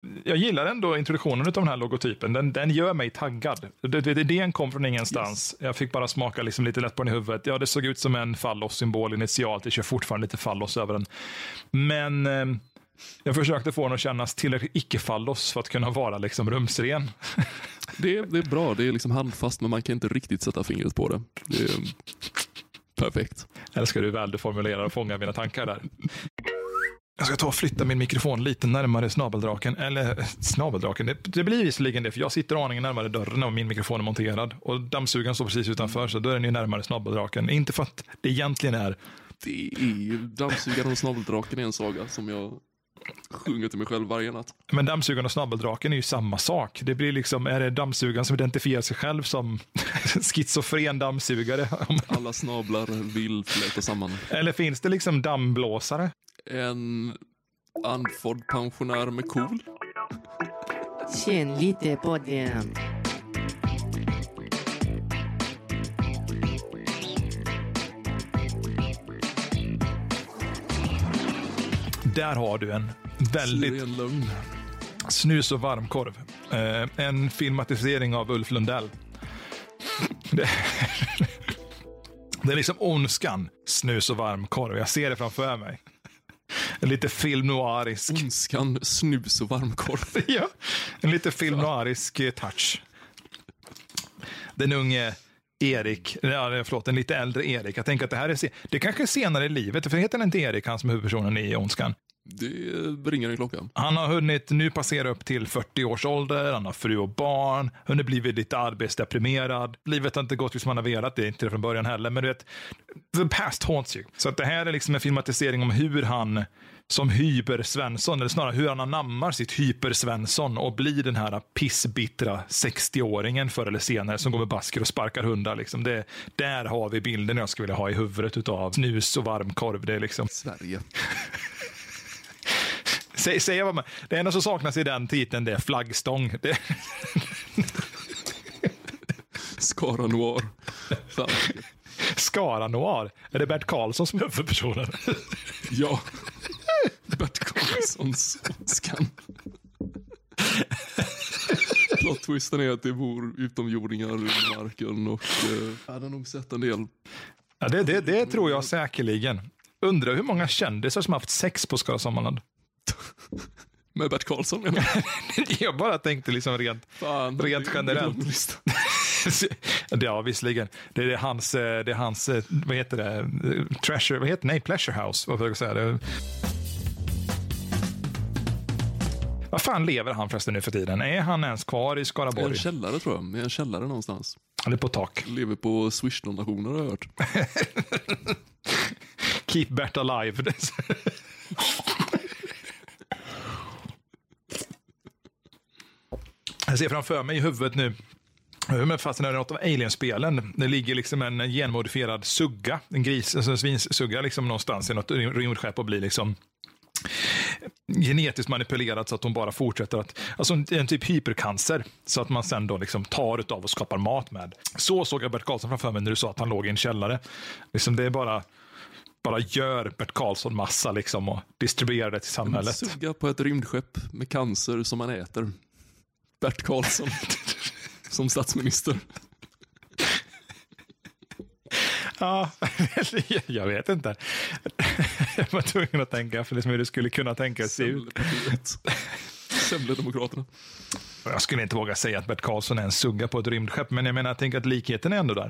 jag gillar ändå introduktionen av den här logotypen. Den gör mig taggad. Den kom från ingenstans. Yes. Jag fick bara smaka liksom lite lätt på den i huvudet. Ja, det såg ut som en fallos-symbol initialt. Det kör fortfarande lite fallos över den. Men jag försökte få den att kännas tillräckligt icke-fallos för att kunna vara liksom rumsren. Det är bra. Det är liksom handfast, men man kan inte riktigt sätta fingret på det. Det är perfekt. Eller ska du väl formulera och fånga mina tankar där? Jag ska ta och flytta min mikrofon lite närmare snabeldraken. Eller snabeldraken, det blir visserligen det. För jag sitter aningen närmare dörren och min mikrofon är monterad. Och dammsugaren står precis utanför, så då är den ju närmare snabeldraken. Inte för att det egentligen är... Det är ju dammsugaren och snabeldraken är en saga som jag sjunger till mig själv varje natt. Men dammsugaren och snabeldraken är ju samma sak. Det blir liksom, är det dammsugaren som identifierar sig själv som schizofren dammsugare? Alla snablar vill fläta samman. Eller finns det liksom dammblåsare? En andfådd pensionär med cool. Känn lite på den. Där har du en väldigt snus och varmkorv. En filmatisering av Ulf Lundell. Det är liksom ondskan, snus och varmkorv. Jag ser det framför mig. En lite film noirisk. Ondskan, snus och varmkorv. Ja, en lite film noirisk touch. Den unge Erik, en lite äldre Erik. Jag tänker att det här är det kanske är senare i livet. För heter han inte Erik, han som är huvudpersonen i Ondskan? Det ringer en klocka. Han har hunnit nu passera upp till 40 års ålder. Han har fru och barn. Han har blivit lite arbetsdeprimerad. Livet har inte gått som han har velat. Det är inte det från början heller. Men du vet, the past haunts you. Så att det här är liksom en filmatisering om hur han som Hyper-Svensson, eller snarare hur han anammar sitt Hyper-Svensson och blir den här pissbittra 60-åringen förr eller senare som går med basker och sparkar hundar. Liksom. Där har vi bilden jag skulle vilja ha i huvudet utav snus och varmkorv. Det är liksom... Sverige. Säga vad man... Det enda som saknas i den titeln, det är flaggstång. Skara Noir. Skara Noir? Är det Bert Karlsson som är huvudpersonen? Ja. Bert Karlssons Ondskan. Plot-twisten är att det bor utomjordingar i marken och jag hade nog sett en del. Ja, det tror jag säkerligen. Undrar hur många kändisar som har haft sex på Skara Sommarland. Med Bert Karlsson menar jag bara tänkte liksom rent generellt. Ja, visserligen. Det är hans vad heter det? Treasure, vad heter det? Nej, Pleasure House. Vad får jag säga det? Vad fan lever han förresten nu för tiden? Är han ens kvar i Skaraborg? En källare tror jag. En källare någonstans. Han är på tak. Lever på Swish-donationer har jag hört. Keep Bert alive. Jag ser framför mig i huvudet nu, fast det är något av Alien-spelen. Det ligger liksom en genmodifierad sugga, en gris, alltså en svinsugga liksom någonstans i något rymdskepp och blir liksom genetiskt manipulerad så att de bara fortsätter att, alltså en typ hypercancer, så att man sen då liksom tar utav och skapar mat med. Så såg jag Bert Karlsson framför mig när du sa att han låg i en källare. Liksom det är bara gör Bert Karlsson massa liksom och distribuerar det till samhället. En sugga på ett rymdskepp med cancer som man äter. Bert Karlsson som statsminister. Ja, jag vet inte. Jag var tvungen att tänka för liksom hur det skulle kunna tänka sig ut. Semledemokraterna. Jag skulle inte våga säga att Bert Karlsson är en sugga på ett rymdskepp, men jag menar, jag tänker att likheten är ändå där.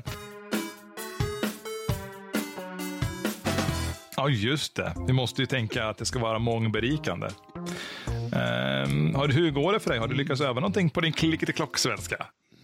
Ja, just det. Vi måste ju tänka att det ska vara mångberikande. Hur går det för dig? Har du lyckats öva någonting på din klick-till-klock-svenska?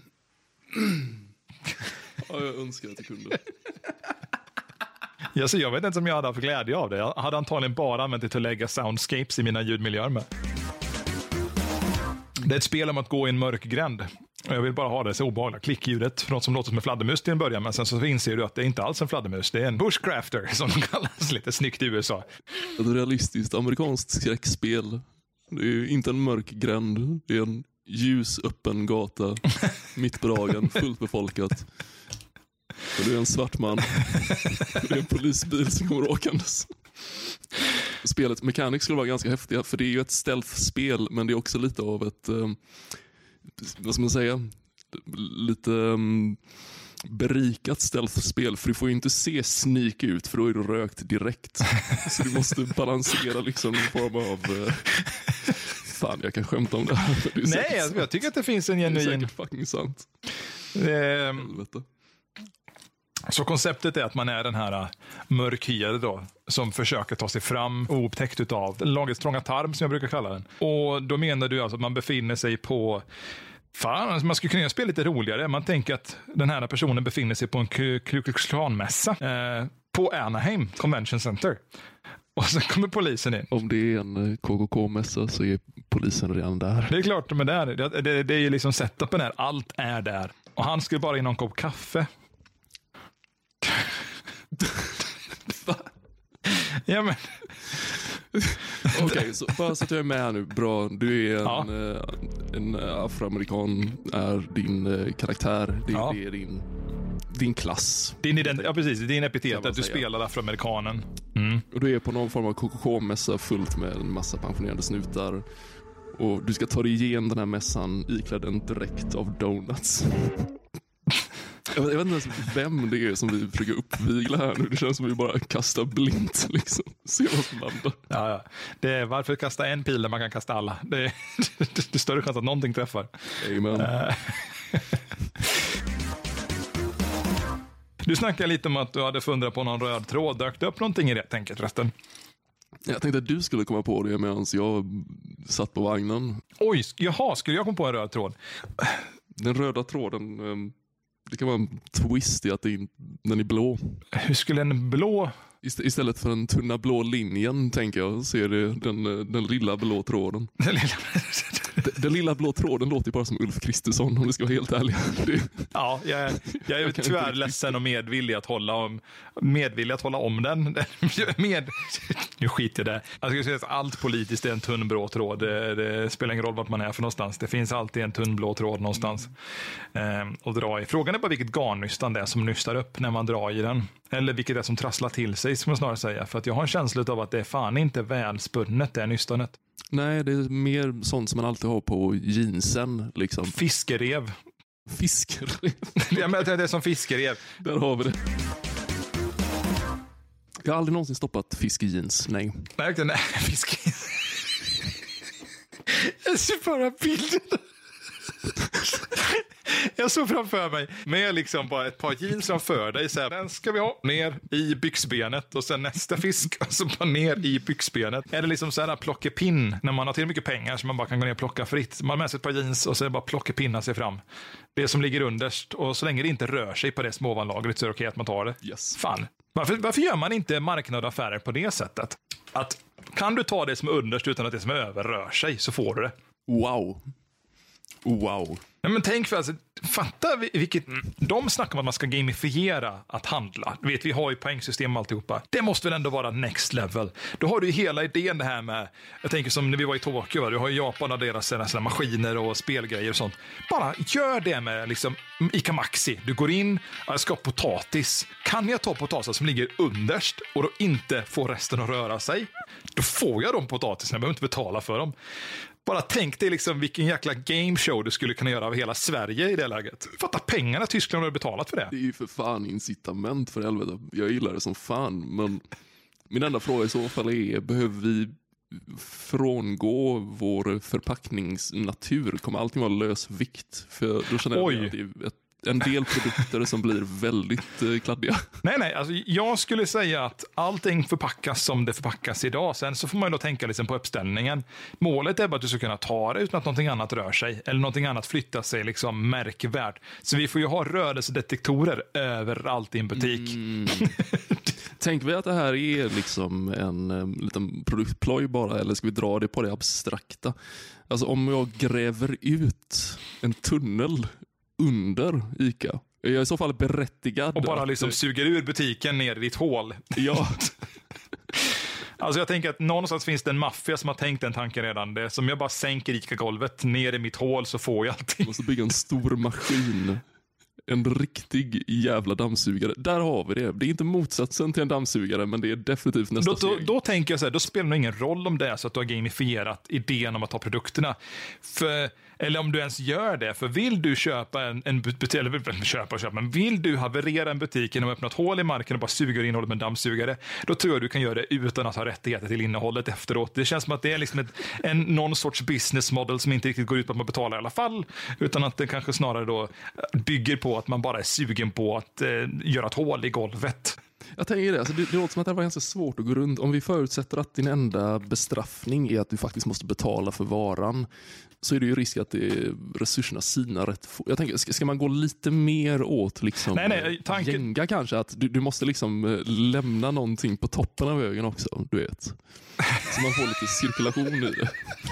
Ja, jag önskar att jag kunde. Ja, så jag vet inte om jag hade haft glädje av det. Jag hade antagligen bara använt det till att lägga soundscapes i mina ljudmiljöer med. Det är ett spel om att gå i en mörk gränd. Jag vill bara ha det så obehagliga klickljudet för något som låter som en fladdermus till en början. Men sen så inser du att det är inte alls en fladdermus. Det är en bushcrafter som de kallas lite snyggt i USA. Ett realistiskt amerikanskt skräckspel. Det är inte en mörk gränd. Det är en ljus öppen gata mitt på dagen, fullt befolkat. Och det är en svart man. Det är en polisbil som kommer åkandes. Spelet mechanics skulle vara ganska häftiga, för det är ju ett stealth-spel, men det är också lite av ett, vad ska man säga, lite berikat stealth-spel, för du får ju inte se sneak ut, för då är du rökt direkt. Så du måste balansera liksom en form av... Fan, jag kan skämta om det här. Det Nej, jag tycker att det finns en genuin... Det är säkert fucking sant. Så konceptet är att man är den här mörkhyade då, som försöker ta sig fram oupptäckt utav lagets trånga tarm, som jag brukar kalla den. Och då menar du alltså att man befinner sig på... Fan, man skulle kunna spela lite roligare. Man tänker att den här personen befinner sig på en Ku Klux Klan-mässa på Anaheim Convention Center. Och sen kommer polisen in. Om det är en KKK-mässa så är polisen redan där. Det är klart de är där. Det är ju liksom setupen där. Allt är där. Och han skulle bara in någon kopp kaffe. Ja, men... Okej, så bara så att jag är med här nu. Bra, du är en afroamerikan, är din karaktär. Det är din klass. Ja, precis. Din epitet att du spelar afroamerikanen. Mm. Och du är på någon form av KKK-mässa fullt med en massa pensionerade snutar. Och du ska ta dig igenom den här mässan iklädd en dräkt av donuts. Jag vet inte ens vem det är som vi försöker uppvigla här nu. Det känns som vi bara kastar blint liksom. Se vad som landar. Ja. Det är varför kasta en pil där man kan kasta alla. Det är större chans att någonting träffar. Amen. Du snackade lite om att du hade funderat på någon röd tråd. Dök det upp någonting i det, tänket resten? Jag tänkte att du skulle komma på det medan jag satt på vagnen. Oj, jaha, skulle jag komma på en röd tråd? Den röda tråden, det kan vara en twist i att den är blå. Hur skulle en blå... Istället för den tunna blå linjen, tänker jag, så är det den lilla blå tråden. Den lilla blå tråden låter ju bara som Ulf Kristersson, om det ska vara helt ärlig. Ja, jag är tyvärr ledsen och medvillig att hålla om den. Nu skiter jag där. Jag skulle säga att allt politiskt är en tunn blå tråd. Det spelar ingen roll vart man är för någonstans. Det finns alltid en tunn blå tråd någonstans att dra i. Frågan är bara vilket garnnystan det är som nystar upp när man drar i den. Eller vilket det är som trasslar till sig, som jag snarare säga. För att jag har en känsla av att det är fan inte välspunnet, det är nystanet. Nej, det är mer sånt som man alltid har på jeansen. Liksom. Fiskerev. Fiskerev? Ja, men det är som fiskerev. Där har vi det. Jag har aldrig någonsin stoppat fisk i jeans, nej. Nej, fisk. Jag ser bara bilden. Jag såg framför mig med liksom bara ett par jeans framför dig. Så här, den ska vi ha ner i byxbenet och sen nästa fisk och så bara ner i byxbenet. Är det liksom så här plockepinn när man har till mycket pengar så man bara kan gå ner och plocka fritt. Man har med sig ett par jeans och så är det bara plockepinna sig fram. Det som ligger underst, och så länge det inte rör sig på det småvanlagret så är det okej att man tar det. Yes. Fan. Varför gör man inte marknadsaffärer på det sättet? Att kan du ta det som är underst utan att det som är över rör sig så får du det. Wow. Nej, men tänk för alltså, fatta vilket de snackar om att man ska gamifiera att handla. Du vet, vi har ju poängsystem och alltihopa. Det måste väl ändå vara next level. Då har du ju hela idén det här med, jag tänker som när vi var i Tokyo, du har ju Japan och deras maskiner och spelgrejer och sånt. Bara gör det med liksom Ica Maxi. Du går in, jag ska ha potatis. Kan jag ta potatis som ligger underst och då inte få resten att röra sig? Då får jag de potatisarna, jag behöver inte betala för dem. Bara tänk dig liksom vilken jäkla gameshow du skulle kunna göra av hela Sverige i det läget. Fatta pengarna Tyskland har betalat för det. Det är ju för fan incitament för helvete. Jag gillar det som fan, men min enda fråga i så fall är, behöver vi frångå vår förpackningsnatur? Kommer allting vara lös vikt? För då känner jag att det är en del produkter som blir väldigt kladdiga. Nej, alltså jag skulle säga att allting förpackas som det förpackas idag. Sen så får man ju då tänka liksom på uppställningen. Målet är bara att du ska kunna ta det utan att någonting annat rör sig. Eller någonting annat flyttar sig liksom märkvärt. Så vi får ju ha rörelsedetektorer överallt i en butik. Tänk vi att det här är liksom en liten produktploj bara, eller ska vi dra det på det abstrakta? Alltså om jag gräver ut en tunnel under Ica, är jag i så fall berättigad och bara liksom suger ur butiken ner i ditt hål. Ja. Alltså jag tänker att någonstans finns det en maffia som har tänkt den tanken redan. Det som jag bara sänker Ica-golvet ner i mitt hål så får jag allting. Jag måste bygga en stor maskin En riktig jävla dammsugare. Där har vi det. Det är inte motsatsen till en dammsugare, men det är definitivt nästa steg. Då tänker jag så här, då spelar det ingen roll om det är så att du har gamifierat idén om att ha produkterna. Eller om du ens gör det. För vill du köpa en butik, eller men vill du haverera en butik genom att öppna ett hål i marken och bara suga innehållet med en dammsugare, då tror jag du kan göra det utan att ha rättigheter till innehållet efteråt. Det känns som att det är liksom någon sorts business model som inte riktigt går ut på att man betalar i alla fall, utan att det kanske snarare då bygger på att man bara är sugen på att göra ett hål i golvet. Jag tänker det, alltså det låter som att det var ganska svårt att gå runt. Om vi förutsätter att din enda bestraffning är att du faktiskt måste betala för varan, så är det ju risk att resurserna sinar rätt. Jag tänker, ska man gå lite mer åt liksom gänga kanske? Att du måste liksom lämna någonting på toppen av högen också, du vet. Så man får lite cirkulation i det.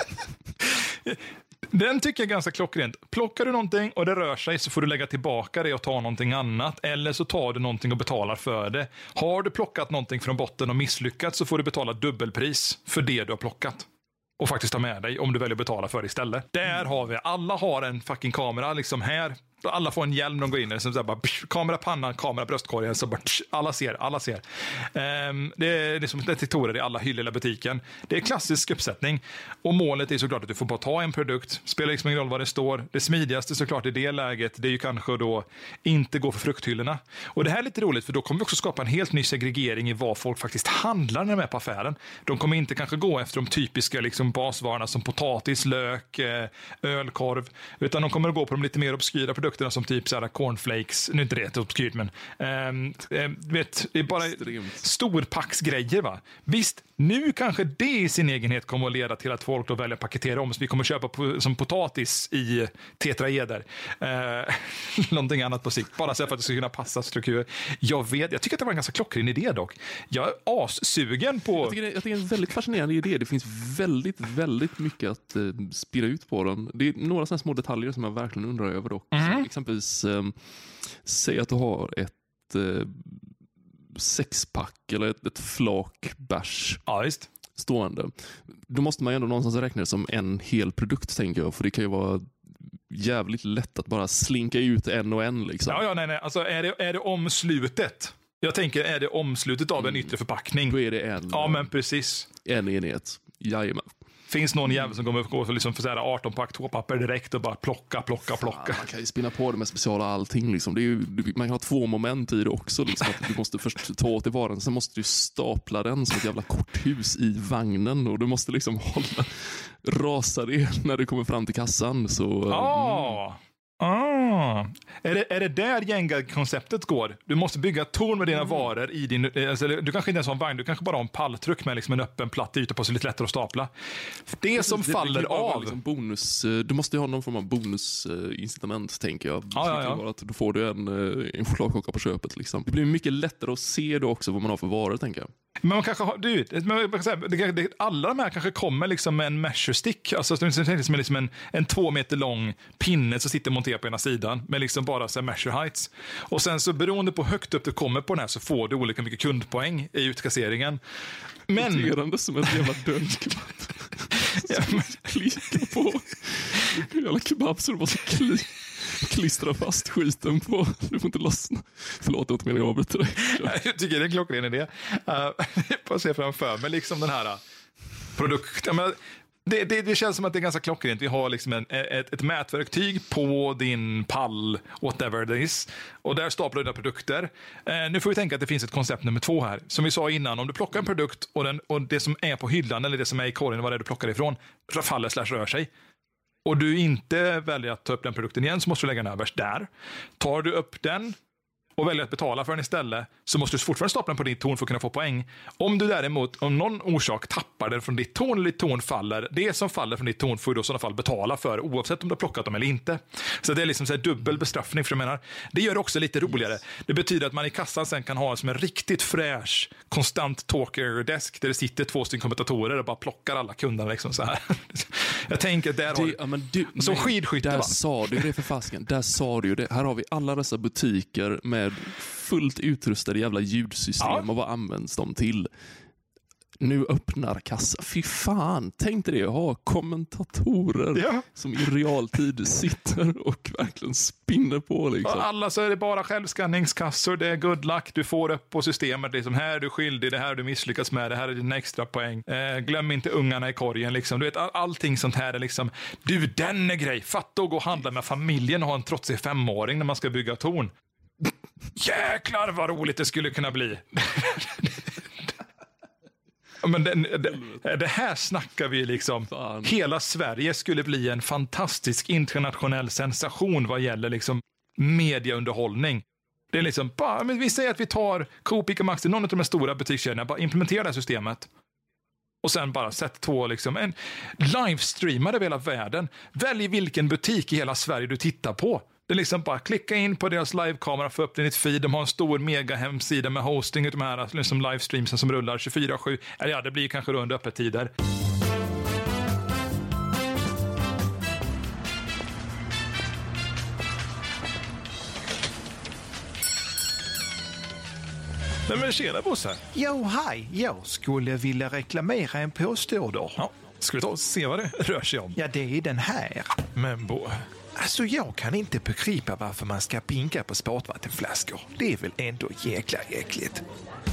Den tycker jag är ganska klockrent. Plockar du någonting och det rör sig, så får du lägga tillbaka det och ta någonting annat. Eller så tar du någonting och betalar för det. Har du plockat någonting från botten och misslyckats, så får du betala dubbelpris för det du har plockat. Och faktiskt ta med dig om du väljer att betala för det istället. Där har vi, alla har en fucking kamera liksom här. Alla får en hjälm när de går in. Som så bara, kamera pannan, kamera bröstkorgen. Så bara, alla ser. Det är liksom detektorer i alla hyllor i butiken. Det är klassisk uppsättning. Och målet är såklart att du får bara ta en produkt. Spelar liksom ingen roll vad det står. Det smidigaste såklart i det läget, det är ju kanske då inte gå för frukthyllorna. Och det här är lite roligt, för då kommer vi också skapa en helt ny segregering i vad folk faktiskt handlar när de är på affären. De kommer inte kanske gå efter de typiska liksom basvarorna som potatis, lök, ölkorv. Utan de kommer att gå på de lite mer obskyra produkterna som typ så här cornflakes, nu är inte det obskyrt, men vet, det är bara storpacksgrejer, va? Visst, nu kanske det i sin egenhet kommer att leda till att folk då väljer att paketera om, så vi kommer att köpa som potatis i tetraeder. Någonting annat på sikt, bara så för att det ska kunna passa struktur. Jag tycker att det var en ganska klockren idé dock. Jag är assugen på... Jag tycker det är en väldigt fascinerande idé. Det finns väldigt, väldigt mycket att spira ut på den. Det är några sådana små detaljer som jag verkligen undrar över dock. Exempelvis, säg att du har ett sexpack eller ett flak bärs stående. Då måste man ju ändå någonstans räkna det som en hel produkt, tänker jag. För det kan ju vara jävligt lätt att bara slinka ut en och en. Liksom. Nej. Alltså är det omslutet? Jag tänker, är det omslutet av en yttre förpackning? Då är det en. Ja, men precis. En enhet. Jajamän. Finns någon jävel som kommer att gå för, liksom för 18-pack toapapper direkt och bara plocka. Man kan ju spinna på det med speciala allting. Liksom. Det är ju, man kan ha 2 moment i det också. Liksom, att du måste först ta åt i varan, sen måste du stapla den som ett jävla korthus i vagnen. Och du måste liksom rasa det när du kommer fram till kassan. Så, Är det där Jenga-konceptet går? Du måste bygga ett torn med dina varor i din... Alltså, du kanske inte ens har en vagn, du kanske bara har en palltruck med liksom en öppen platt yta på, så lite lättare att stapla. Det som faller av... Liksom bonus, du måste ha någon form av bonusincitament, tänker jag. Ja. Att då får du en chokladkaka på köpet. Liksom. Det blir mycket lättare att se då också vad man har för varor, tänker jag. Men man kanske har... alla de här kanske kommer liksom med en measure stick. Alltså som liksom en 2 meter lång pinne som sitter monterad på ena sidan med liksom bara så measure heights. Och sen så beroende på hur högt upp du kommer på den här, så får du olika mycket kundpoäng i utkasseringen. Men... Noterande som ett jävla dönskebab. Klicka på jävla kebab så du måste klistra fast skiten på. Du får inte lossna. Förlåt, jag inte menar att avbryta dig. Jag tycker det är en klockren idé. På att se framför mig liksom den här produkten. Det känns som att det är ganska klockrent. Vi har liksom ett mätverktyg på din pall, whatever it is. Och där staplar du dina produkter. Nu får vi tänka att det finns ett koncept nummer 2 här. Som vi sa innan, om du plockar en produkt och det som är på hyllan eller det som är i korgen, vad det är du plockar ifrån, faller / rör sig. Och du inte väljer att ta upp den produkten igen, så måste du lägga den överst där. Tar du upp den och väljer att betala för den istället, så måste du fortfarande stapla den på ditt torn för att kunna få poäng. Om du däremot, om någon orsak tappar den från ditt torn, eller ditt torn faller, det som faller från ditt torn får du då i sådana fall betala för, oavsett om du har plockat dem eller inte. Så det är liksom så här dubbel bestraffning, för jag menar. Det gör det också lite roligare. Det betyder att man i kassan sen kan ha som en riktigt fräsch, konstant talker-desk där det sitter 2 stycken kommentatorer och bara plockar alla kunderna liksom så här. Jag tänker där har som skidskytte, där va? Sa du det för fasken. Där sa du ju det. Här har vi alla dessa butiker med fullt utrustade jävla ljudsystem, och vad används de till? nu öppnar kassa. Fy fan, tänk dig det. Ha kommentatorer som i realtid sitter och verkligen spinner på. Liksom. Och alla så är det bara självskanningskassor. Det är good luck. Du får upp på systemet. Liksom, här är du skyldig. Det här är du misslyckats med. Det här är dina extra poäng. Glöm inte ungarna i korgen. Liksom. Du vet, allting sånt här är liksom... Du, den är grej. Fatta att gå och handla med familjen och ha en trotsig 5-åring när man ska bygga torn. Jäklar vad roligt det skulle kunna bli. Men det här snackar vi liksom. Fan. Hela Sverige skulle bli en fantastisk internationell sensation vad gäller liksom mediaunderhållning. Det är liksom bara, men vi säger att vi tar Coop, Ica Maxi, någon av de stora butikskedjorna, bara implementera det här systemet. Och sen bara sätt en livestreamare över hela världen. Välj vilken butik i hela Sverige du tittar på. Det är liksom bara klicka in på deras livekamera, få upp den i ett feed. De har en stor mega hemsida med hosting av de här liksom livestreamsen som rullar 24/7. Eller ja, det blir kanske under öppettider. Nej men tjena Bosse. Jo, hej. Jag skulle vilja reklamera en påstående. Ja, ska vi ta och se vad det rör sig om? Ja, det är den här. Men Alltså jag kan inte begripa varför man ska pinka på sportvattenflaskor. Det är väl ändå jäkla äckligt.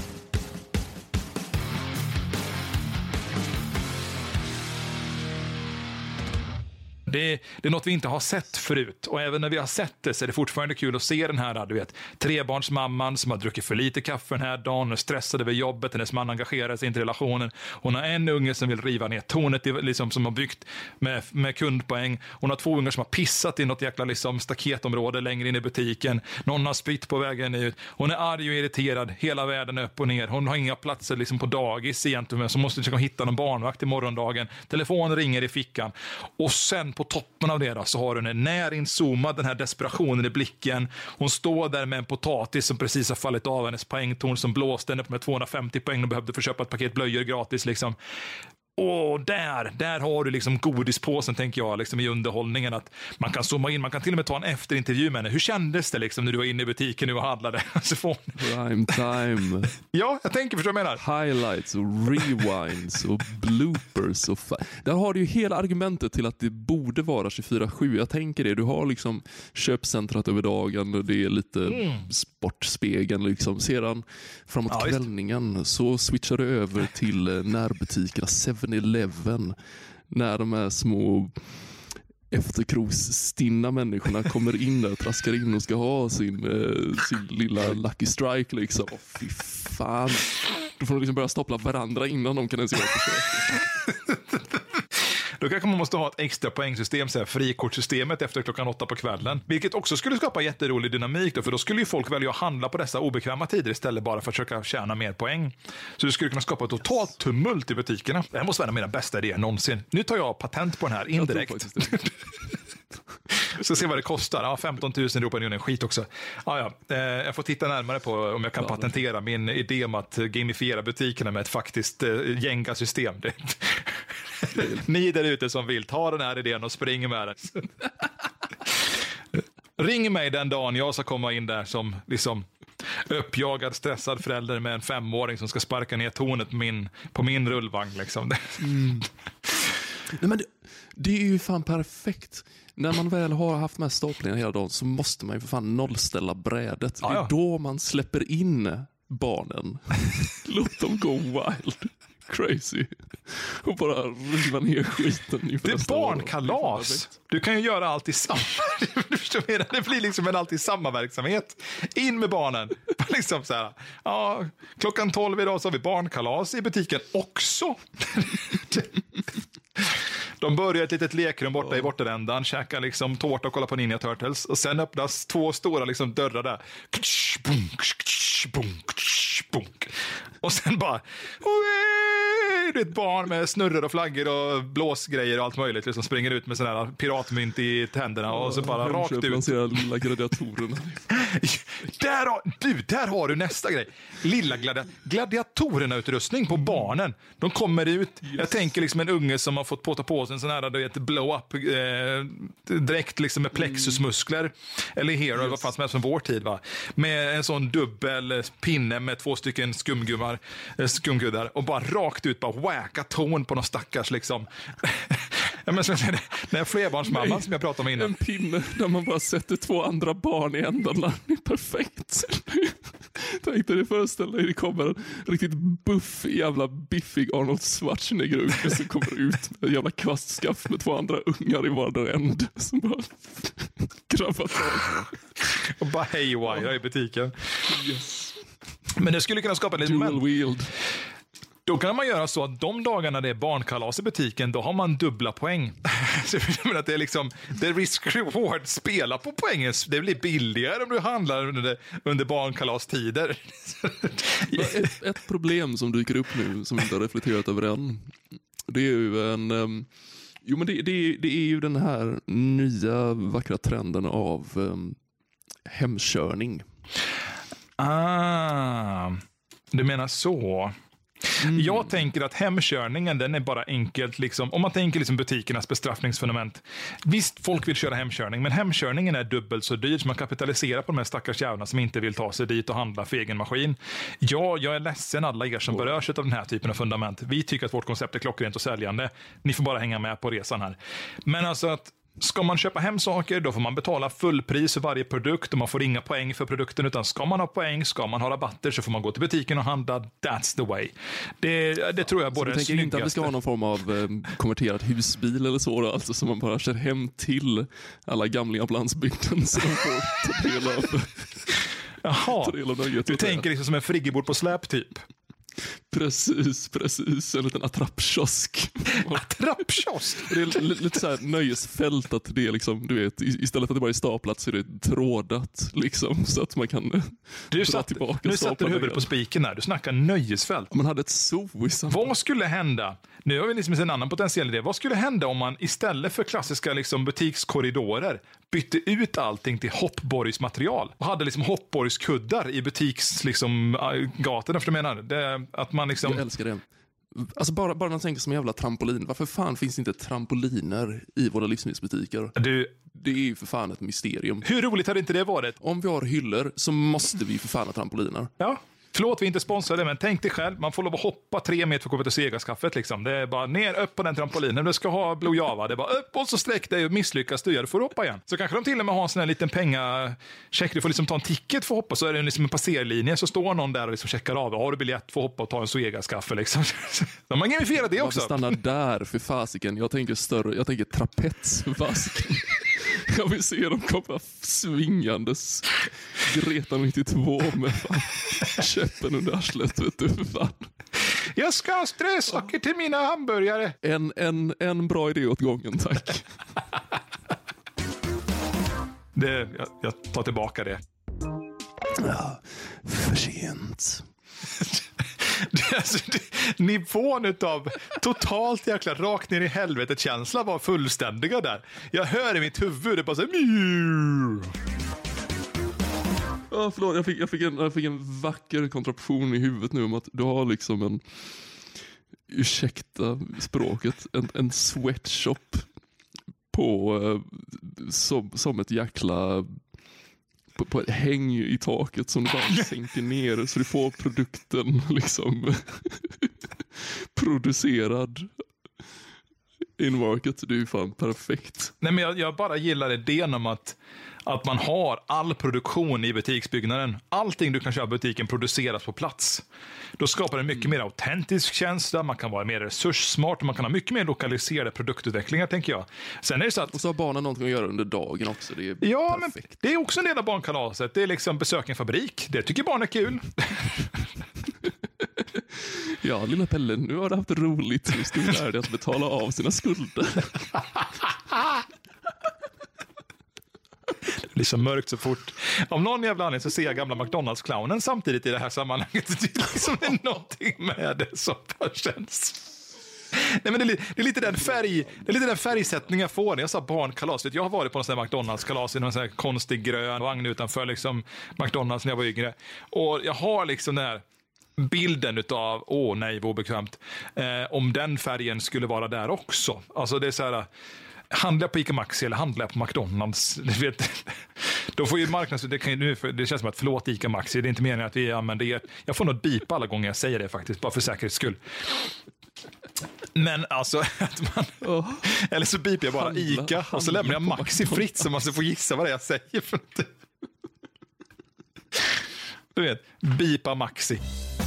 Det är något vi inte har sett förut. Och även när vi har sett det så är det fortfarande kul att se den här, du vet, trebarnsmamman som har druckit för lite kaffe den här dagen och stressade över jobbet. Hennes man engagerar sig inte i relationen. Hon har en unge som vill riva ner tornet liksom, som har byggt med kundpoäng. Hon har 2 ungar som har pissat i något jäkla liksom, staketområde längre in i butiken. Någon har spytt på vägen ut. Hon är arg och irriterad. Hela världen är upp och ner. Hon har inga platser liksom, på dagis egentligen. Så måste försöka hitta någon barnvakt i morgondagen. Telefonen ringer i fickan. Och sen på toppen av det då, så har hon en närinzoomad, den här desperationen i blicken. Hon står där med en potatis som precis har fallit av hennes poängtorn som blåste henne med 250 poäng och behövde få köpa ett paket blöjor gratis liksom. Och där har du liksom godispåsen, tänker jag, liksom i underhållningen, att man kan zooma in, man kan till och med ta en efterintervju med henne. Hur kändes det liksom när du var inne i butiken och handlade? Prime time. Ja, jag tänker, förstår du vad jag menar? Highlights och rewinds och bloopers. Och där har du ju hela argumentet till att det borde vara 24/7. Jag tänker det, du har liksom köpcentrat över dagen och det är lite sportspegeln liksom. Sedan framåt kvällningen så switchar du över till närbutikerna 7-Eleven, när de här små efterkrogsstinna människorna kommer in där, traskar in och ska ha sin lilla Lucky Strike liksom. Fy fan. Då får de liksom börja stapla varandra innan de kan ens göra försök. Då kanske man måste ha ett extra poängsystem, så här frikortsystemet efter 8:00 på kvällen. Vilket också skulle skapa jätterolig dynamik då, för då skulle ju folk välja att handla på dessa obekväma tider istället, bara för att försöka tjäna mer poäng. Så det skulle kunna skapa ett totalt tumult i butikerna. Det här måste vara mina bästa idéer någonsin. Nu tar jag patent på den här indirekt. Så se vad det kostar. Ja, 15 000 ropar in en skit också. Jag får titta närmare på om jag kan patentera min idé om att gamifiera butikerna med ett faktiskt Jenga-system. Ni där ute som vill, ta den här idén och spring med den. Ring mig den dagen jag ska komma in där som liksom uppjagad, stressad förälder med en 5-åring som ska sparka ner tornet på min rullvagn. Liksom. Nej, men det är ju fan perfekt. När man väl har haft med staplingar hela dagen så måste man ju för fan nollställa brädet. Det är då man släpper in barnen. Låt dem gå wild. Crazy. Och bara riva ner skiten. Det är barnkalas. Du kan ju göra allt i samma. Det blir liksom en allt i samma verksamhet. In med barnen. Liksom så här. Ja, 12:00 idag så har vi barnkalas i butiken också. De börjar ett litet lekrum borta i borterändan, käkar liksom tårta och kollar på Ninja Turtles. Och sen öppnas 2 stora liksom dörrar där. Och sen bara... Det är ett barn med snurror och flaggor och blåsgrejer och allt möjligt. Liksom springer ut med sådana här piratmynt i tänderna och så bara rakt ut. Lilla gladiatorerna. Där har du nästa grej. Lilla gladiatorerna-utrustning på barnen. De kommer ut. Yes. Jag tänker liksom en unge som har fått ta på sig en sån här blow-up dräkt liksom med plexusmuskler. Eller Hero, yes. Vad fan som helst från vår tid, va? Med en sån dubbel pinne med 2 stycken skumguddar och bara rakt ut bara wacka ton på någon stackars liksom. Ja, men den flerbarnsmamman som jag pratade om innan. En pinne där man bara sätter 2 andra barn i ändarna. Det är perfekt. Tänkte dig föreställa dig, det kommer en riktigt buff jävla biffig Arnold Schwarzenegger som kommer ut med en jävla kvastskaft med 2 andra ungar i vardera ände som bara grabbar tag. Och bara haywire i butiken. Yes. Men det skulle kunna skapa lite dual wield. Då kan man göra så att de dagarna det är barnkalas i butiken, då har man dubbla poäng. Att det är liksom, det är risk-reward, spela på poängen. Det blir billigare om du handlar under barnkalastider. Ett problem som dyker upp nu, som vi inte har reflekterat över än, det är ju en... Jo, men det är ju den här nya vackra trenden av hemkörning. Du menar så... Jag tänker att hemkörningen, den är bara enkelt liksom, om man tänker liksom butikernas bestraffningsfundament. Visst, folk vill köra hemkörning, men hemkörningen är dubbelt så dyr, så man kapitaliserar på de här stackars jävlarna som inte vill ta sig dit och handla för egen maskin. Ja, jag är ledsen alla er som berörs av den här typen av fundament. Vi tycker att vårt koncept är klockrent och säljande. Ni får bara hänga med på resan här. Men alltså att ska man köpa hem saker, då får man betala fullpris för varje produkt och man får inga poäng för produkten, utan ska man ha poäng, ska man ha rabatter, så får man gå till butiken och handla. That's the way. Det tror jag både är snyggaste. Så du tänker inte att vi ska ha någon form av konverterad husbil eller så då, alltså som man bara kör hem till alla gamlingar på landsbygden så de får ta del av. Jaha, du tänker liksom som en friggebod på släp typ. Precis. En liten attrappkiosk. Attrappkiosk? Det är lite så här nöjesfält att det är liksom, du vet, istället för att det bara är staplat så är det trådat liksom, så att man kan dra tillbaka. Nu satte du huvudet på spiken där. Du snackar nöjesfält. Man hade ett zoo i samma. Vad skulle hända? Nu har vi liksom en annan potentiell idé. Vad skulle hända om man istället för klassiska liksom butikskorridorer bytte ut allting till hoppborgsmaterial och hade liksom hoppborgskuddar i butiks liksom gatorna, för du menar det, att man liksom... Jag älskar det. Alltså bara man tänker som en jävla trampolin. Varför fan finns det inte trampoliner i våra livsmedelsbutiker? Det är ju för fan ett mysterium. Hur roligt hade inte det varit? Om vi har hyllor så måste vi för fan ha trampoliner. Ja. Förlåt, vi inte sponsrade, men tänk dig själv, man får lov att hoppa 3 meter för att komma till Segaskaffet liksom. Det är bara ner, upp på den trampolinen. Du ska ha Blue Java, det är bara upp och så sträck dig och misslyckas du, får hoppa igen. Så kanske de till och med har en sån här liten pengacheck, du får liksom ta en ticket för att hoppa, så är det liksom en passerlinje, så står någon där och liksom checkar av. Har du biljett för att hoppa och ta en Segaskaffe liksom. De har gamifierat det också. Varför stanna där för fasiken? Jag tänker större, jag tänker trapets för fasiken. Jag vill se dem komma svingandes. Greta 92 med fan käppen under arslet, vet du, för fan. Jag ska ha strösocker till mina hamburgare. En bra idé åt gången, tack. Jag tar tillbaka det. Ja, för sent. Nivån utav totalt jäkla rakt ner i helvetet känsla var fullständiga där. Jag hör i mitt huvud det bara så här, förlåt, jag fick en vacker kontraktion i huvudet nu om att du har liksom en, ursäkta språket, en sweatshop på som ett jäkla på ett häng i taket som du bara sänker ner så du får produkten liksom producerad in market. Det är ju fan perfekt. Nej, men jag bara gillar idén om att man har all produktion i butiksbyggnaden. Allting du kan köpa i butiken produceras på plats. Då skapar det mycket mer autentisk känsla. Man kan vara mer resurssmart och man kan ha mycket mer lokaliserade produktutvecklingar, tänker jag. Sen är det så att... Och så har barnen någonting att göra under dagen också. Det är perfekt. Men det är också en del av barnkalaset. Det är liksom besök en fabrik. Det tycker barn är kul. Ja, lilla Pelle, nu har du haft roligt. Just nu är det att betala av sina skulder. Det blir så mörkt så fort. Om någon jävla anledning så ser jag gamla McDonalds-clownen samtidigt i det här sammanhanget. Det är liksom någonting med det som bara känns. Nej, men det är lite den färgsättning jag får när jag sa barnkalas. Jag har varit på en sån här McDonalds-kalas i någon sån här konstig grön vagn utanför liksom McDonalds när jag var yngre. Och jag har liksom den här bilden utav, nej vad obekvämt, om den färgen skulle vara där också. Alltså det är så här, handlar jag på Ica Maxi eller handlar jag på McDonalds? Du vet, då får ju det känns som att förlåt Ica Maxi, det är inte meningen att vi använder det. Jag får nog bipa alla gånger jag säger det faktiskt, bara för säkerhets skull. Men alltså att man, eller så bipar jag bara Ica och så lämnar jag Maxi fritt så man ska få gissa vad det är jag säger för något. Du vet, bipa Maxi.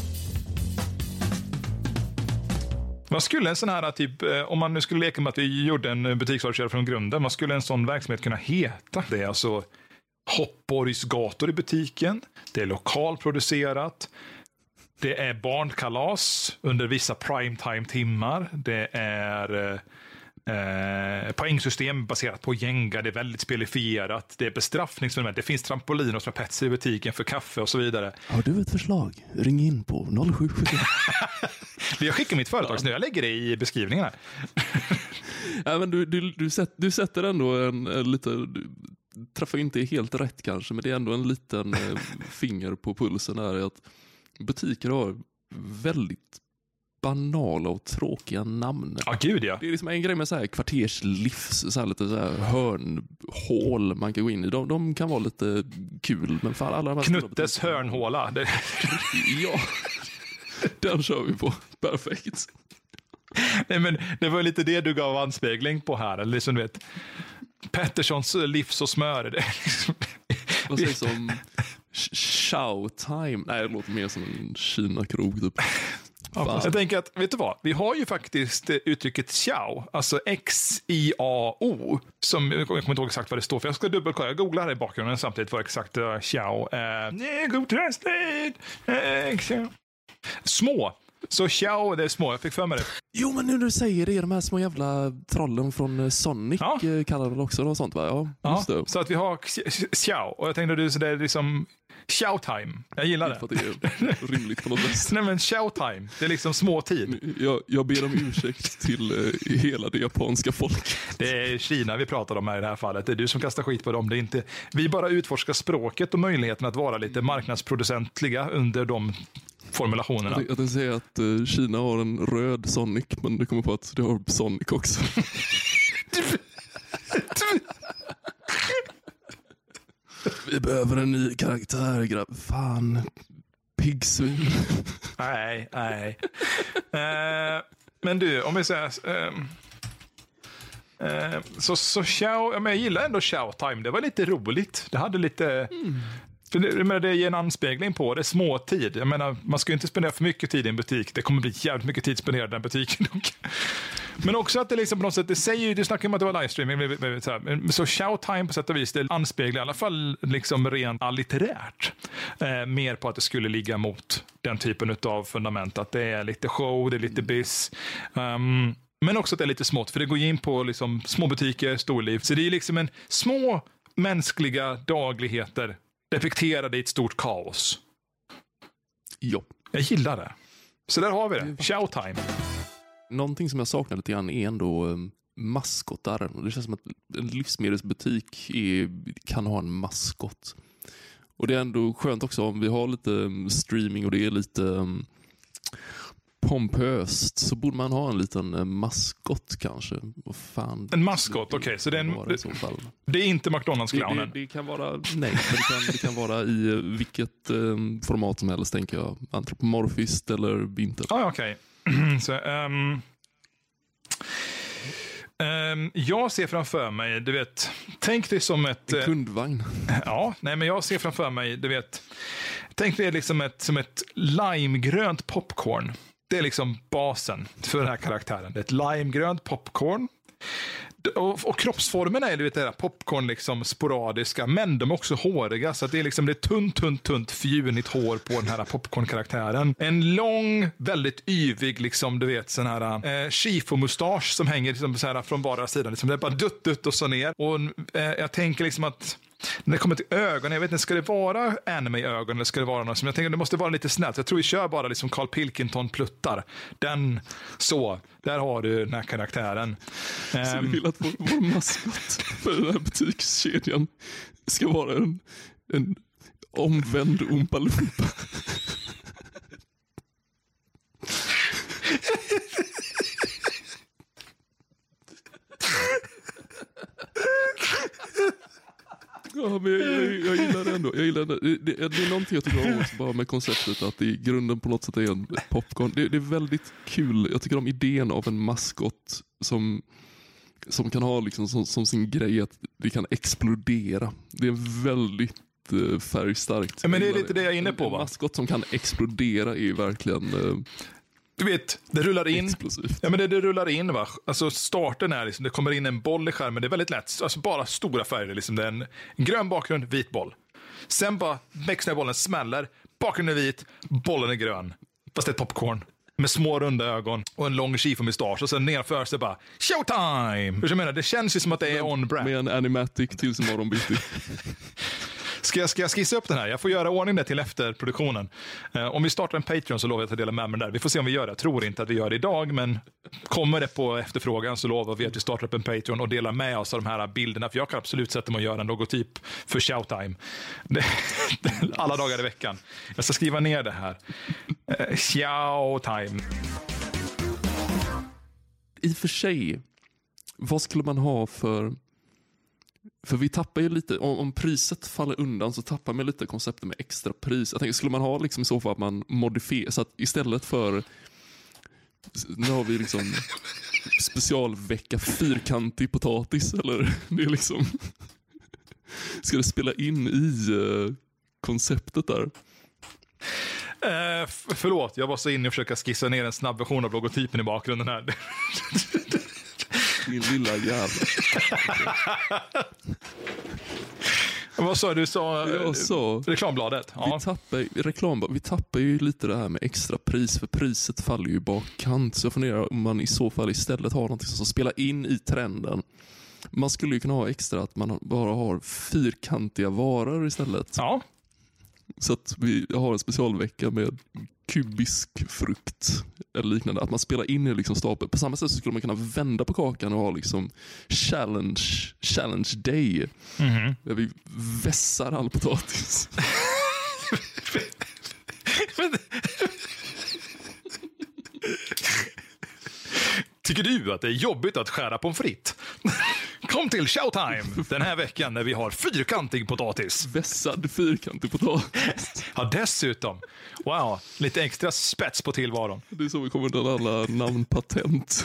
Vad skulle en sån här typ, om man nu skulle leka med att vi gjorde en butiksvarukedja från grunden, vad skulle en sån verksamhet kunna heta? Det är alltså hoppborgsgator i butiken, det är lokalproducerat, det är barnkalas under vissa primetime-timmar, det är poängsystem baserat på Jenga, det är väldigt spelifierat, det är bestraffningsmoment, det finns trampolin och trapetser i butiken för kaffe och så vidare. Har du ett förslag? Ring in på 0770. Jag skickar mitt företags nu, jag lägger det i beskrivningen här. Ja, men du sätter ändå en lite, du träffar inte helt rätt kanske, men det är ändå en liten finger på pulsen där, att butiker har väldigt banala och tråkiga namn. Ja, gud ja. Det är liksom en grej med så här kvarterslivs, så här lite så här hörnhål man kan gå in i. De kan vara lite kul, men för alla de här Knuttes hörnhåla. Ja, den kör vi på. Perfekt. Nej, men det var lite det du gav anspegling på här. Eller liksom, du vet, Petterssons livs och smör. Vad sägs som chow time? Nej, det låter mer som en Kina-krog typ. Ja, jag tänker att, vet du vad? Vi har ju faktiskt uttrycket ciao, alltså X-I-A-O, som jag kommer inte ihåg exakt vad det står för. Jag ska dubbelkolla, jag googlar här i bakgrunden samtidigt vad exakt ciao är. Go translate! Små. Så ciao, det är små. Jag fick för mig det. Jo, men nu när du säger det, de här små jävla trollen från Sonic kallar det också något sånt, va? Ja, just det. Så att vi har ciao. Och jag tänkte att det är liksom ciao time. Jag gillar det. För att det är rimligt på något sätt. Nej, men ciao time. Det är liksom små tid. Jag ber om ursäkt till hela det japanska folket. Det är Kina vi pratar om här i det här fallet. Det är du som kastar skit på dem. Det är inte. Vi bara utforskar språket och möjligheten att vara lite marknadsproducentliga under de formulationerna. Jag tänkte säga att Kina har en röd Sonic, men det kommer på att det har Sonic också. Vi behöver en ny karaktär, grabb. Fan. Piggsvin. Nej. Men du, om vi säger så ciao, men jag gillar ändå ciao time. Det var lite roligt. Det hade lite för det ger en anspegling på det, småtid. Jag menar, man ska ju inte spendera för mycket tid i en butik. Det kommer bli jävligt mycket tid spenderad i den butiken. Men också att det liksom på något sätt, det säger ju, du snackar om att det var livestreaming, så show time på sätt och vis, det anspeglar i alla fall liksom rent allitterärt. Mer på att det skulle ligga mot den typen av fundament, att det är lite show, det är lite biz. Men också att det är lite smått, för det går in på liksom små butiker, storliv. Så det är liksom en små mänskliga dagligheter reflekterade i ett stort kaos. Ja. Jag gillar det. Så där har vi det. Show time. Någonting som jag saknar lite grann är ändå maskotar. Det känns som att en livsmedelsbutik kan ha en maskot. Och det är ändå skönt också om vi har lite streaming och det är lite pompöst, så borde man ha en liten maskot kanske. Vad fan, en maskot, okej. Så det är, det är inte McDonalds-clownen. Det kan vara, nej, det kan vara i vilket format som helst, tänker jag. Antropomorfiskt eller inte. Okej. Så, jag ser framför mig, du vet, tänk dig som ett kundvagn. Ja, nej, men jag ser framför mig, du vet, tänk dig liksom som ett limegrönt popcorn. Det är liksom basen för den här karaktären. Det är ett limegrönt popcorn. Och kroppsformen är, du vet, det där popcorn liksom sporadiska, men de är också håriga, så att det är liksom det tunt fjunigt hår på den här popcornkaraktären. En lång, väldigt yvig liksom, du vet, sån här Schifo-mustasch som hänger liksom så här från bara sidan, liksom, det är bara dutt och så ner. Och jag tänker liksom att När det kommer till ögon, jag vet inte, ska det vara anime-ögon eller ska det vara något som jag tänker det måste vara lite snällt. Jag tror vi kör bara liksom Carl Pilkington pluttar. Där har du den här karaktären. Så vi vill att vår maskot för den här butikskedjan ska vara en omvänd Oompa Loompa. Ja, men jag gillar det ändå. Jag gillar det. Det är någonting jag tycker om också bara med konceptet att det i grunden på något sätt är en popcorn. Det är väldigt kul. Jag tycker om idén av en maskot som kan ha liksom som sin grej att det kan explodera. Det är väldigt färgstarkt. Men det är lite det jag är inne på, va? En maskot som kan explodera är ju verkligen... Du vet, det rullar in. Explosivt. Ja, men det rullar in, va? Alltså starten är liksom, det kommer in en boll i skärmen. Det är väldigt lätt. Alltså bara stora färger. Liksom. Det är en grön bakgrund, vit boll. Sen bara växlar bollen, smäller. Bakgrunden är vit, bollen är grön. Fast det är popcorn. Med små runda ögon och en lång mustasch. Och sen nerför sig bara, showtime! Hur jag menar, det känns ju som att det är on-brand. Med en animatic tills imorgon bitti. Ska jag skissa upp den här? Jag får göra ordning det till efter produktionen. Om vi startar en Patreon så lovar jag att dela med mig där. Vi får se om vi gör det. Jag tror inte att vi gör det idag, men kommer det på efterfrågan så lovar vi att vi startar upp en Patreon och delar med oss av de här bilderna. För jag kan absolut sätta mig och göra en logotyp för Showtime. Alla dagar i veckan. Jag ska skriva ner det här. Showtime. I och för sig, vad skulle man ha för vi tappar ju lite, om priset faller undan så tappar man lite konceptet med extra pris. Jag tänker, skulle man ha liksom i så fall att man modifierar, så att istället för, nu har vi liksom specialvecka fyrkantig potatis, eller det är liksom, ska det spela in i konceptet där? Förlåt, jag var så inne och försöka skissa ner en snabb version av logotypen i bakgrunden här. Din lilla jävla. Vad sa du? Jag sa reklambladet. Ja. Vi tappar ju lite det här med extra pris, för priset faller ju bakkant. Så jag funderar om man i så fall istället har något som spelar in i trenden. Man skulle ju kunna ha extra att man bara har fyrkantiga varor istället. Ja. Så att vi har en specialvecka med kubisk frukt eller liknande. Att man spelar in i liksom stapel. På samma sätt så skulle man kunna vända på kakan och ha liksom challenge day. Mm-hmm. Där vi vässar all potatis. Tycker du att det är jobbigt att skära pommes frites? Kom till Showtime den här veckan när vi har fyrkantig potatis. Vässad fyrkantig potatis. Ja, dessutom. Wow, lite extra spets på tillvaron. Det är så vi kommer till alla namnpatent.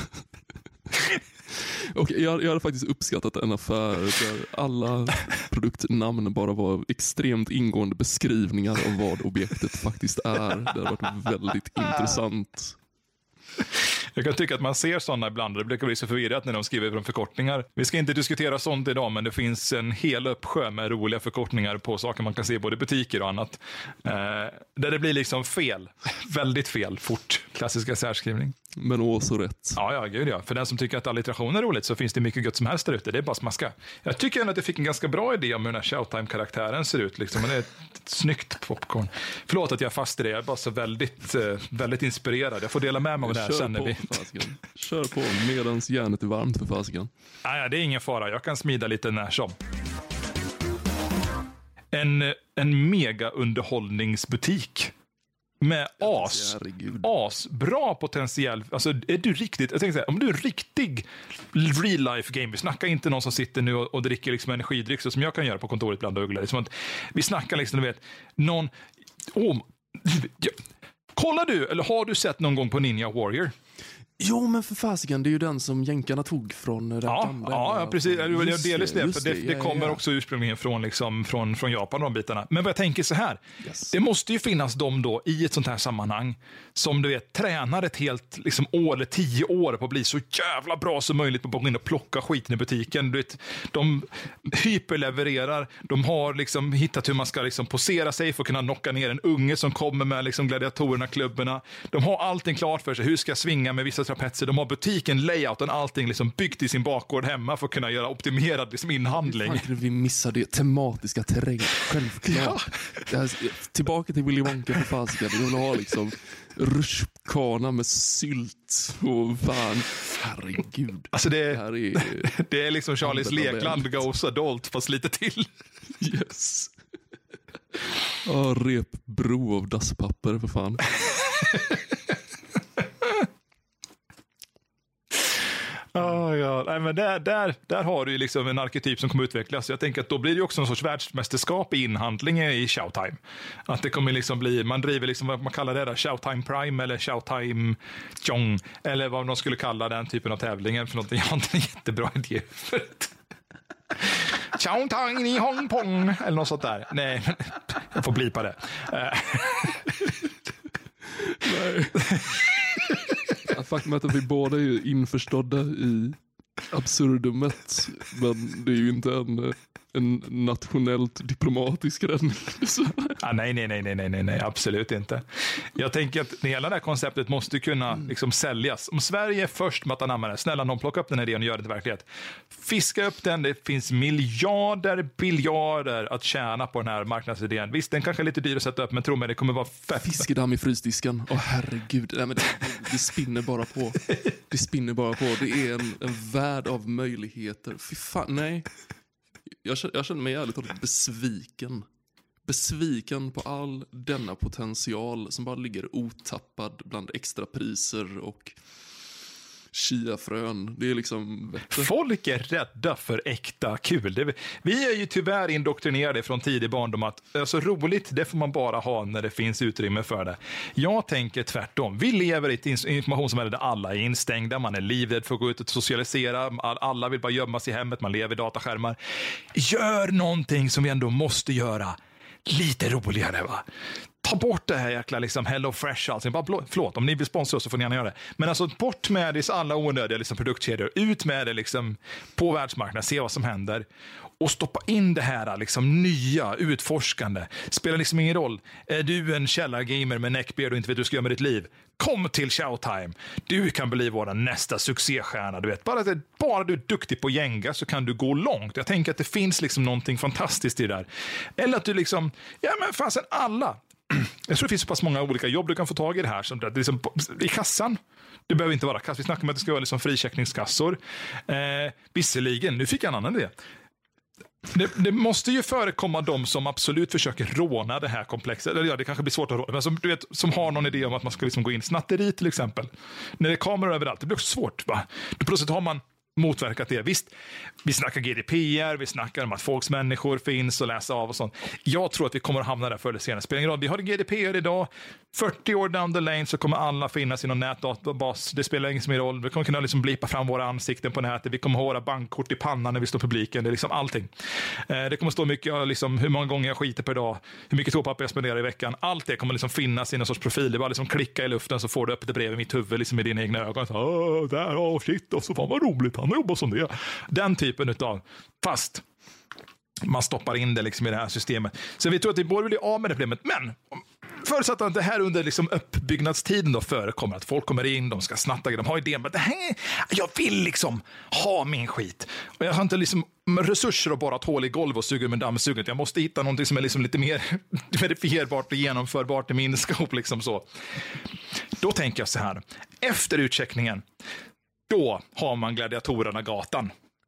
Och jag hade faktiskt uppskattat en affär där alla produktnamn bara var extremt ingående beskrivningar av vad objektet faktiskt är. Det hade varit väldigt intressant. Jag kan tycka att man ser sådana ibland. Det brukar bli så förvirrat när de skriver från förkortningar. Vi ska inte diskutera sånt idag, men det finns en hel uppsjö med roliga förkortningar på saker man kan se både i butiker och annat. Där det blir liksom fel. Väldigt fel, fort. Klassiska särskrivning. Men också rätt. Ja, gud ja. För den som tycker att alliteration är roligt så finns det mycket gött som helst där ute. Det är bara smaska. Jag tycker ändå att jag fick en ganska bra idé om hur den här Showtime-karaktären ser ut. Liksom. Men det är ett snyggt popcorn. Förlåt att jag är fast i det. Jag är bara så väldigt inspirerad. Jag får dela med mig av det här sen när vi... Kör på medans järnet är varmt för fasiken. Nej, det är ingen fara. Jag kan smida lite när som. En mega underhållningsbutik med bra potentiell. Alltså är du riktigt, jag tänker så här, om du är riktig real life game, vi snackar inte någon som sitter nu och dricker liksom energidryck så som jag kan göra på kontoret bland ugglar. Liksom att vi snackar liksom, du vet, någon kollar du eller har du sett någon gång på Ninja Warrior? Jo, men för fasiken, det är ju den som jänkarna tog från den gamla. Ja, precis. Delvis det, för det kommer också ursprungligen från, liksom, från Japan, de bitarna. Men vad jag tänker så här, det måste ju finnas de då i ett sånt här sammanhang som du vet, tränar ett helt liksom, år eller 10 år på att bli så jävla bra som möjligt på att gå in och plocka skiten i butiken. Du vet, de hyperlevererar, de har liksom hittat hur man ska liksom, posera sig för att kunna knocka ner en unge som kommer med liksom, gladiatorerna, klubborna. De har allting klart för sig, hur ska jag svinga med vissa trapetser. De har butiken, layouten, allting liksom byggt i sin bakgård hemma för att kunna göra optimerad liksom inhandling. Vi missade det tematiska terräng, självklart. Det här, tillbaka till Willy Wonka för fasiken. Vi vill ha liksom rutschkana med sylt och fan, herregud. Alltså det här är det är liksom Charlies Lekland goes adult fast lite till. Yes. Repbro av dasspapper för fan. Ja. Nej, men där har du ju liksom en arketyp som kommer utvecklas. Jag tänker att då blir det också en sorts världsmästerskap i inhandling i Showtime. Att det kommer liksom bli, man driver liksom vad man kallar det där, Showtime Prime eller Showtime Chong eller vad de skulle kalla den typen av tävlingen för någonting. Jag har inte en jättebra idé för det. Showtime i Hongkong eller något sånt där. Nej, jag får blipa det. Nej. Faktum är att vi båda är införstådda i absurdumet, men det är ju inte en nationellt diplomatisk räddning. Nej, absolut inte. Jag tänker att hela det här konceptet måste kunna liksom säljas. Om Sverige är först med att anamma det, snälla någon plocka upp den här idén och gör det till verklighet. Fiska upp den, det finns biljarder att tjäna på den här marknadsidén. Visst, den kanske är lite dyr att sätta upp, men tro mig, det kommer vara fett. Fiskedamm i frysdisken, herregud. Nej, men det spinner bara på. Det spinner bara på. Det är en värld av möjligheter. Fy fan, nej. Jag känner mig ärligt talat besviken på all denna potential som bara ligger otappad bland extrapriser och chiafrön. Det är liksom bättre. Folk är rädda för äkta kul. Vi är ju tyvärr indoktrinerade från tidig barndom att alltså, roligt, det får man bara ha när det finns utrymme för det. Jag tänker tvärtom. Vi lever i ett informationssamhälle där alla är instängda, man är livrädd för att gå ut och socialisera, alla vill bara gömma sig i hemmet, man lever i dataskärmar. Gör någonting som vi ändå måste göra lite roligare, va? Ta bort det här jäkla liksom Hello Fresh, alltså. Förlåt, om ni vill sponsra oss så får ni gärna göra det. Men alltså bort med det, alla onödiga liksom produktkedjor, ut med det liksom på världsmarknaden, se vad som händer och stoppa in det här liksom nya, utforskande. Spelar liksom ingen roll. Är du en källargamer med neckbeard och inte vet vad du ska göra med ditt liv? Kom till Showtime. Du kan bli vår nästa succéstjärna, du vet. Bara du är duktig på Jenga så kan du gå långt. Jag tänker att det finns liksom någonting fantastiskt i det där. Eller att du liksom, ja men fasen alla. Jag tror det finns så pass många olika jobb du kan få tag i det här. Som det liksom, i kassan. Det behöver inte vara kass. Vi snackar om att det ska vara liksom fricheckningskassor. Visserligen, nu fick jag en annan idé. Det måste ju förekomma de som absolut försöker råna det här komplexet. Eller ja, det kanske blir svårt att råna. Men som, du vet, som har någon idé om att man ska liksom gå in. Snatteri till exempel. När det är kameror överallt, det blir också svårt, va? Då plötsligt har man motverkat det. Visst, vi snackar GDPR, vi snackar om att folks människor finns och läsa av och sånt. Jag tror att vi kommer att hamna där förr eller senare. Spelar ingen roll. Vi har GDPR idag. 40 år down the lane så kommer alla finnas i någon nätdatabas. Det spelar ingen roll. Vi kommer kunna liksom blipa fram våra ansikten på nätet. Vi kommer ha våra bankkort i pannan när vi står publiken. Det är liksom allting. Det kommer stå mycket, liksom, hur många gånger jag skiter per dag, hur mycket toapapper jag spenderar i veckan. Allt det kommer liksom finnas i någon sorts profil. Det är bara liksom klicka i luften så får du upp ett brev i mitt huvud liksom i dina egna ögon. Så, shit, och så fan vad roligt. Han jobbar som det. Den typen utav, fast man stoppar in det liksom i det här systemet. Så vi tror att vi borde bli av med det problemet. Men förutsatt att det här under liksom uppbyggnadstiden då förekommer, att folk kommer in, de ska snatta, de har idén, men det här, jag vill liksom ha min skit. Och jag har inte liksom resurser att bara hål i golv och suga med dammsuget. Jag måste hitta någonting som är liksom lite mer verifierbart och genomförbart i min skop liksom så. Då tänker jag så här, efter utcheckningen då har man Gladiatorerna gatan.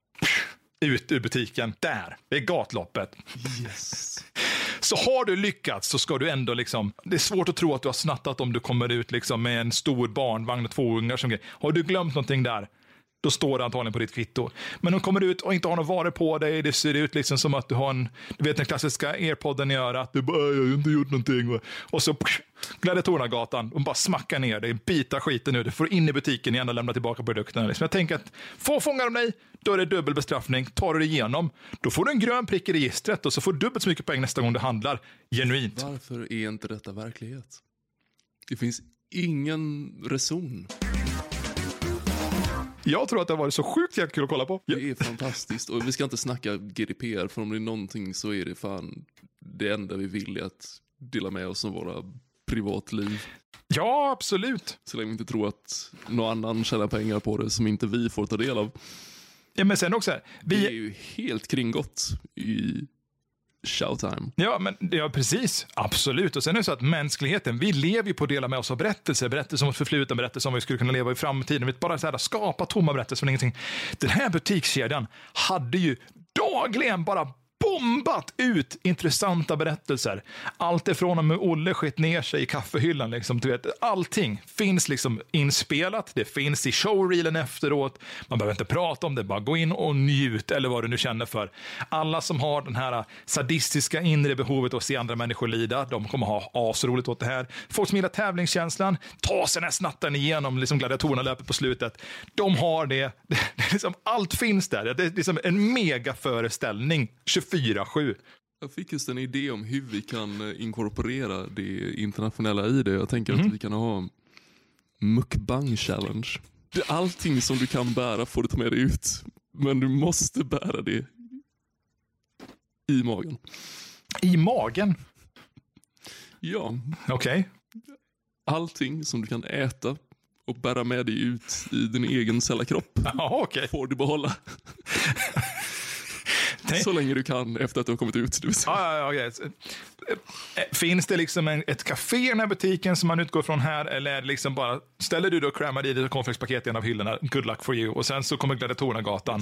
Ut ur butiken. Där. Det är gatloppet. Yes. Så har du lyckats så ska du ändå liksom, det är svårt att tro att du har snattat om du kommer ut liksom med en stor barnvagn och 2 ungar som grej. Har du glömt någonting där, då står det antagligen på ditt kvitto. Men om du kommer ut och inte har något varor på dig, det ser ut liksom som att du har du vet den klassiska AirPodden i örat, du bara, jag har inte gjort någonting. Och så Gladiatorerna-gatan, och bara smackar ner dig, bitar skiten nu, du får in i butiken igen och lämna tillbaka produkterna. Jag tänker att få fångar de dig, då är det dubbel bestraffning. Tar du det igenom, då får du en grön prick i registret och så får du dubbelt så mycket poäng nästa gång du handlar. Genuint. Varför är inte detta verklighet? Det finns ingen reson. Jag tror att det har varit så sjukt jäkla kul att kolla på. Det är fantastiskt. Och vi ska inte snacka GDPR, för om det är någonting så är det fan det enda vi vill är att dela med oss av våra privatliv. Ja, absolut. Så länge vi inte tror att någon annan tjänar pengar på det som inte vi får ta del av. Ja, men sen också, Det är ju helt kringgått i Showtime. Ja, precis. Absolut. Och sen är det så att mänskligheten, vi lever ju på att dela med oss av berättelser om förfluten, berättelser om vad vi skulle kunna leva i framtiden. Vi bara så här, skapa tomma berättelser från ingenting. Den här butikskedjan hade ju dagligen bara bombat ut intressanta berättelser. Allt ifrån om Olle skett ner sig i kaffehyllan. Liksom, du vet, allting finns liksom inspelat. Det finns i showreelen efteråt. Man behöver inte prata om det. Bara gå in och njut eller vad du nu känner för. Alla som har den här sadistiska inre behovet att se andra människor lida, de kommer ha asroligt åt det här. Folk som gillar tävlingskänslan, ta sig den här snatten igenom liksom gladiatorerna löper på slutet. De har det. Liksom, allt finns där. Det är liksom en mega föreställning 24/7. Jag fick just en idé om hur vi kan inkorporera det internationella i det. Jag tänker att vi kan ha mukbang challenge. Allting som du kan bära får du ta med dig ut. Men du måste bära det i magen. I magen? Ja. Okej. Allting som du kan äta och bära med dig ut i din egen cellakropp får du behålla. Så länge du kan efter att du har kommit ut. Okay. Finns det liksom ett café i den här butiken som man utgår från här, eller är det liksom bara ställer du då och krämar i dig cornflakespaket i en av hyllorna, good luck for you, och sen så kommer gladiatorerna gatan.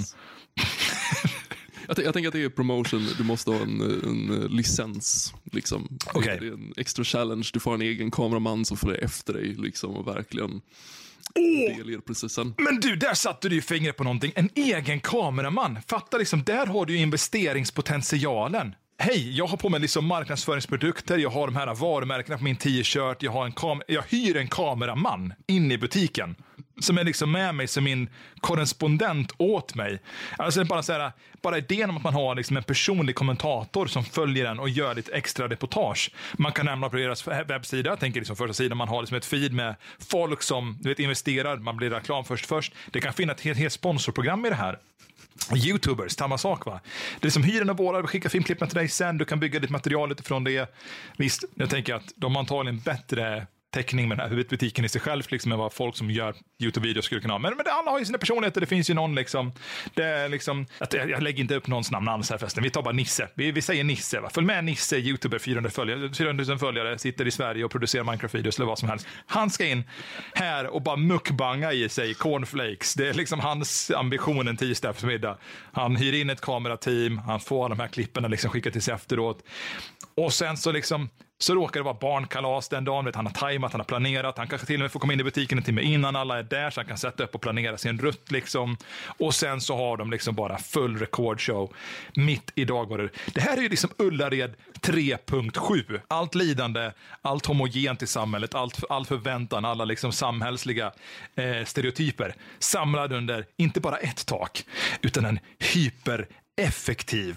Jag tänker att det är promotion. Du måste ha en licens liksom. Okay. Det är en extra challenge. Du får en egen kameraman som följer efter dig liksom, och verkligen delger processen. Men du, där satte du ju fingret på någonting. En egen kameraman. Fatta liksom, där har du ju investeringspotentialen. Hej, jag har på mig liksom marknadsföringsprodukter, jag har de här varumärkena på min t-shirt, jag hyr en kameraman in i butiken som är liksom med mig som min korrespondent åt mig. Alltså bara idén om att man har liksom en personlig kommentator som följer den och gör lite extra reportage. Man kan nämna på deras webbsida, jag tänker liksom första sidan, man har liksom ett feed med folk som du vet investerar, man blir reklam först. Det kan finnas ett helt sponsorprogram i det här. YouTubers, samma sak va. Det är som hyr en båda, skicka filmklippen till dig sen, du kan bygga ditt material utifrån det. Visst, jag tänker att de har antagligen bättre täckning med den här huvudbutiken i sig själv liksom, än vad folk som gör YouTube-videos skulle kunna ha. Men alla har ju sina personligheter, det finns ju någon liksom, det är liksom, att jag lägger inte upp någons namn alls här förresten, vi tar bara Nisse, vi säger Nisse va, följ med Nisse, YouTuber, 400 000 följare, sitter i Sverige och producerar Minecraft-videos eller vad som helst. Han ska in här och bara mukbanga i sig cornflakes, det är liksom hans ambition en tisdag eftermiddag. Han hyr in ett kamerateam, han får de här klipperna liksom skickat till sig efteråt, och sen så liksom så råkar det vara barnkalas den dagen, vet, han har tajmat, han har planerat, han kanske till och med får komma in i butiken en timme innan alla är där så han kan sätta upp och planera sin rutt liksom. Och sen så har de liksom bara full rekordshow mitt i dagordningen. Det här är ju liksom Ullared 3.7. Allt lidande, allt homogent i samhället, all förväntan, alla liksom samhällsliga stereotyper samlade under inte bara ett tak utan en hypereffektiv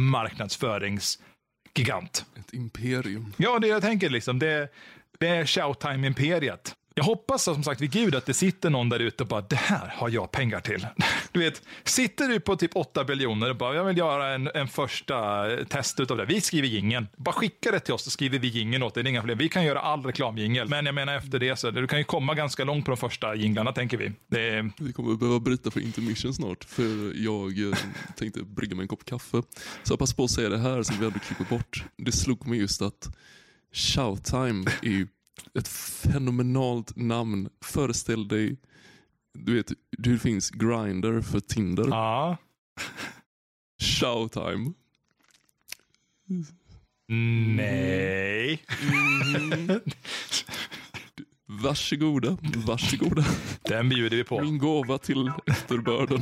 marknadsföringsgigant. Ett imperium. Ja, det jag tänker liksom, det är Showtime-imperiet. Jag hoppas som sagt vid Gud att det sitter någon där ute och bara, det här har jag pengar till. Du vet, sitter du på typ 8 biljoner och bara, jag vill göra en första test utav det. Vi skriver jingeln. Bara skicka det till oss så skriver vi jingeln åt det. Det är inga problem. Vi kan göra all reklamjingel. Men jag menar efter det så, du kan ju komma ganska långt på de första jinglarna tänker vi. Vi kommer behöva bryta för intermission snart. För jag tänkte brygga mig en kopp kaffe. Så jag passar på att säga det här som vi ändå klipper bort. Det slog mig just att Showtime är ju ett fenomenalt namn. Föreställ dig, du vet, det finns Grindr för Tinder. Ja. Showtime. Nej. Varsågoda. Den bjuder vi på. Min gåva till efterbörden.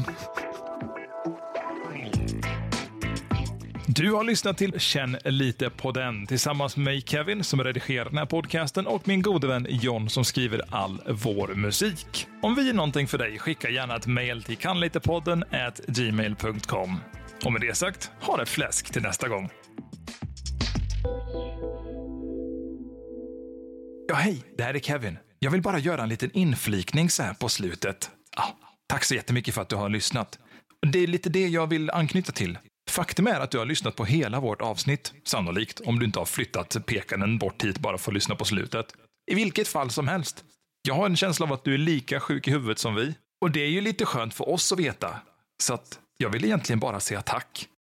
Du har lyssnat till Känn lite på den tillsammans med mig Kevin som redigerar den här podcasten och min gode vän John som skriver all vår musik. Om vi är någonting för dig, skicka gärna ett mejl till kanlitepodden@gmail.com. Och med det sagt, ha det fläsk till nästa gång. Ja, hej, det här är Kevin. Jag vill bara göra en liten inflikning så här på slutet. Tack så jättemycket för att du har lyssnat. Det är lite det jag vill anknyta till. Faktum är att du har lyssnat på hela vårt avsnitt, sannolikt, om du inte har flyttat pekaren bort hit bara för att lyssna på slutet. I vilket fall som helst. Jag har en känsla av att du är lika sjuk i huvudet som vi. Och det är ju lite skönt för oss att veta. Så att jag vill egentligen bara säga tack.